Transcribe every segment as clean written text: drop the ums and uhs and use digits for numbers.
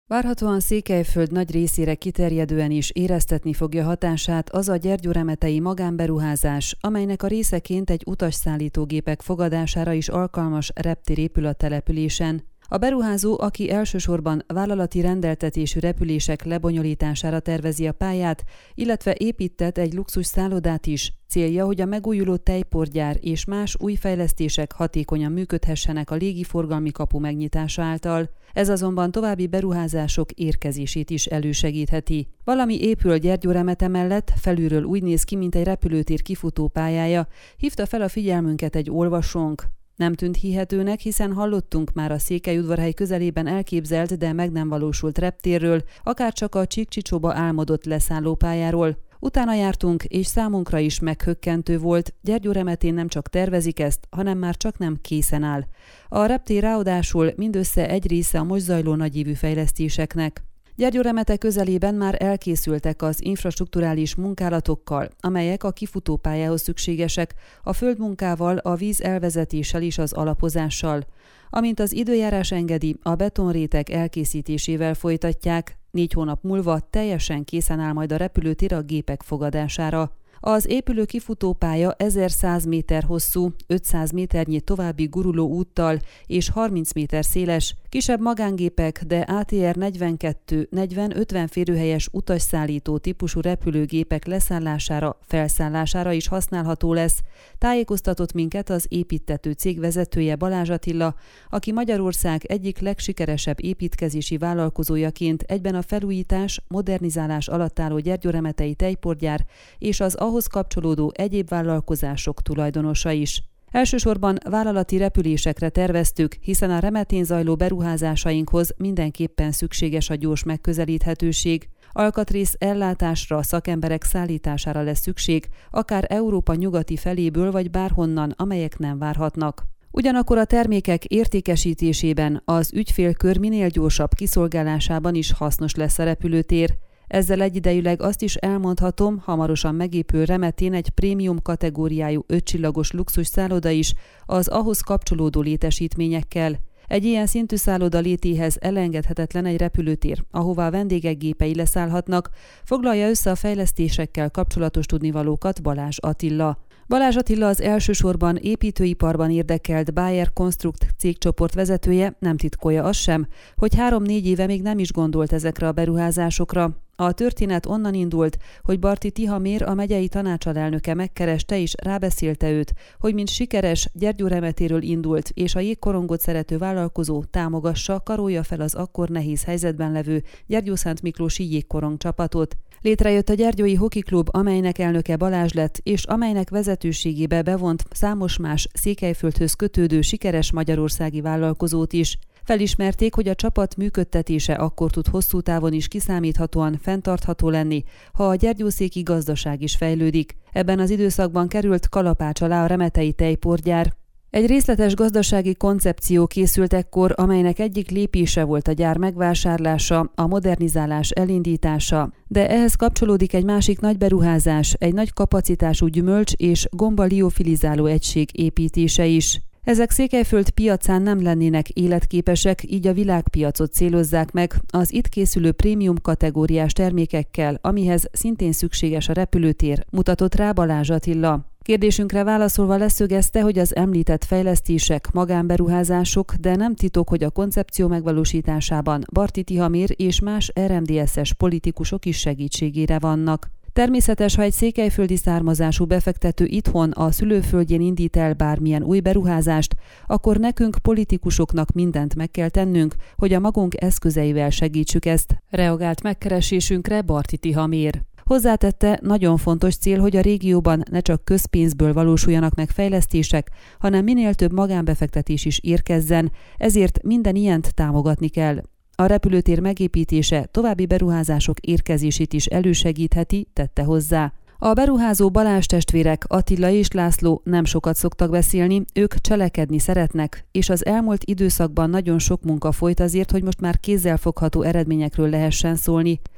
Várhatóan Székelyföld nagy részére kiterjedően is éreztetni fogja hatását az a gyergyóremetei magánberuházás, amelynek a részeként egy utasszállítógépek fogadására is alkalmas reptér épül a településen. A beruházó, aki elsősorban vállalati rendeltetésű repülések lebonyolítására tervezi a pályát, illetve építtet egy luxus szállodát is, célja, hogy a megújuló tejporgyár és más új fejlesztések hatékonyan működhessenek a légiforgalmi kapu megnyitása által. Ez azonban további beruházások érkezését is elősegítheti. Valami épül Gyergyóremete mellett, felülről úgy néz ki, mint egy repülőtér kifutó pályája, hívta fel a figyelmünket egy olvasónk. Nem tűnt hihetőnek, hiszen hallottunk már a Székelyudvarhely közelében elképzelt, de meg nem valósult reptérről, akárcsak a Csík-Csicsóba álmodott leszállópályáról. Utána jártunk, és számunkra is meghökkentő volt, Gyergyóremetén nem csak tervezik ezt, hanem már csak nem készen áll. A reptér ráadásul mindössze egy része a most zajló nagyívű fejlesztéseknek. Gyergyóremete közelében már elkészültek az infrastrukturális munkálatokkal, amelyek a kifutópályához szükségesek, a földmunkával, a víz elvezetéssel és az alapozással. Amint az időjárás engedi, a betonréteg elkészítésével folytatják, 4 hónap múlva teljesen készen áll majd a repülőtér a gépek fogadására. Az épülő kifutópálya 1100 méter hosszú, 500 méternyi további guruló úttal és 30 méter széles, kisebb magángépek, de ATR 42, 40, 50 férőhelyes utasszállító típusú repülőgépek leszállására, felszállására is használható lesz, tájékoztatott minket az építtető cég vezetője Balázs Attila, aki Magyarország egyik legsikeresebb építkezési vállalkozójaként egyben a felújítás, modernizálás alatt álló gyergyóremetei tejporgyár és az ahhoz kapcsolódó egyéb vállalkozások tulajdonosa is. Elsősorban vállalati repülésekre terveztük, hiszen a remetén zajló beruházásainkhoz mindenképpen szükséges a gyors megközelíthetőség. Alkatrész ellátásra, szakemberek szállítására lesz szükség, akár Európa nyugati feléből vagy bárhonnan, amelyek nem várhatnak. Ugyanakkor a termékek értékesítésében, az ügyfélkör minél gyorsabb kiszolgálásában is hasznos lesz a repülőtér. Ezzel egyidejűleg azt is elmondhatom, hamarosan megépül Remetén egy prémium kategóriájú 5 csillagos luxus szálloda is, az ahhoz kapcsolódó létesítményekkel. Egy ilyen szintű szálloda létéhez elengedhetetlen egy repülőtér, ahová a vendégek gépei leszállhatnak, foglalja össze a fejlesztésekkel kapcsolatos tudnivalókat Balázs Attila. Balázs Attila az elsősorban építőiparban érdekelt Bayer Konstrukt cégcsoport vezetője, nem titkolja azt sem, hogy 3-4 éve még nem is gondolt ezekre a beruházásokra. A történet onnan indult, hogy Barti Tihamér, a megyei tanácsalelnöke megkereste és rábeszélte őt, hogy mint sikeres Gyergyóremetéről indult és a jégkorongot szerető vállalkozó támogassa, karolja fel az akkor nehéz helyzetben levő Gyergyószentmiklósi jégkorong csapatot. Létrejött a Gyergyói Hoki Klub, amelynek elnöke Balázs lett, és amelynek vezetőségébe bevont számos más Székelyföldhöz kötődő sikeres magyarországi vállalkozót is. Felismerték, hogy a csapat működtetése akkor tud hosszú távon is kiszámíthatóan fenntartható lenni, ha a gyergyószéki gazdaság is fejlődik. Ebben az időszakban került kalapács alá a remetei tejporgyár. Egy részletes gazdasági koncepció készült ekkor, amelynek egyik lépése volt a gyár megvásárlása, a modernizálás elindítása, de ehhez kapcsolódik egy másik nagy beruházás, egy nagy kapacitású gyümölcs és gomba liofilizáló egység építése is. Ezek Székelyföld piacán nem lennének életképesek, így a világpiacot célozzák meg az itt készülő prémium kategóriás termékekkel, amihez szintén szükséges a repülőtér, mutatott rá Balázs Attila. Kérdésünkre válaszolva leszögezte, hogy az említett fejlesztések magánberuházások, de nem titok, hogy a koncepció megvalósításában Barti Tihamér és más RMDSZ-es politikusok is segítségére vannak. Természetes, ha egy székelyföldi származású befektető itthon a szülőföldjén indít el bármilyen új beruházást, akkor nekünk politikusoknak mindent meg kell tennünk, hogy a magunk eszközeivel segítsük ezt, reagált megkeresésünkre Barti Tihamér. Hozzátette, nagyon fontos cél, hogy a régióban ne csak közpénzből valósuljanak meg fejlesztések, hanem minél több magánbefektetés is érkezzen, ezért minden ilyent támogatni kell. A repülőtér megépítése további beruházások érkezését is elősegítheti, tette hozzá. A beruházó Balázs testvérek Attila és László nem sokat szoktak beszélni, ők cselekedni szeretnek, és az elmúlt időszakban nagyon sok munka folyt azért, hogy most már kézzelfogható eredményekről lehessen szólni.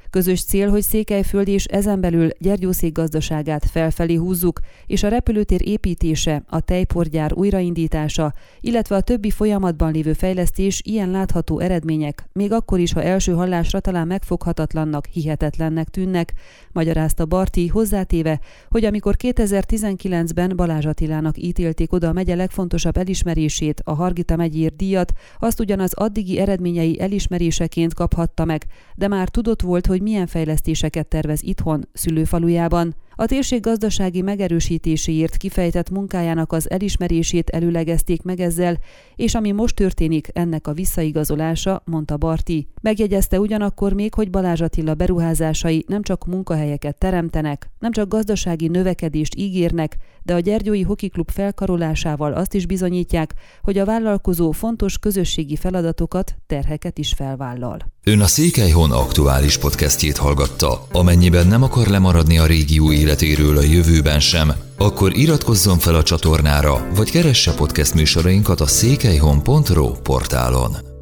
Közös cél, hogy Székelyföld és ezen belül Gyergyószék gazdaságát felfelé húzzuk, és a repülőtér építése, a tejporgyár újraindítása, illetve a többi folyamatban lévő fejlesztés ilyen látható eredmények, még akkor is, ha első hallásra talán megfoghatatlannak, hihetetlennek tűnnek, magyarázta Barti, hozzátéve, hogy amikor 2019-ben Balázs Attilának ítélték oda a megye legfontosabb elismerését, a Hargita megyér díjat, azt ugyan az addigi eredményei elismeréseként kaphatta meg, de már tudott volt, hogy milyen fejlesztéseket tervez itthon, szülőfalujában. A térség gazdasági megerősítéséért kifejtett munkájának az elismerését előlegezték meg ezzel, és ami most történik, ennek a visszaigazolása, mondta Barti. Megjegyezte ugyanakkor még, hogy Balázs Attila beruházásai nem csak munkahelyeket teremtenek, nem csak gazdasági növekedést ígérnek, de a Gyergyói Hoki Klub felkarolásával azt is bizonyítják, hogy a vállalkozó fontos közösségi feladatokat, terheket is felvállal. Ön a Székelyhon aktuális podcastjét hallgatta. Amennyiben nem akar lemaradni a régió életéről a jövőben sem, akkor iratkozzon fel a csatornára, vagy keresse podcast műsorainkat a székelyhon.ro portálon.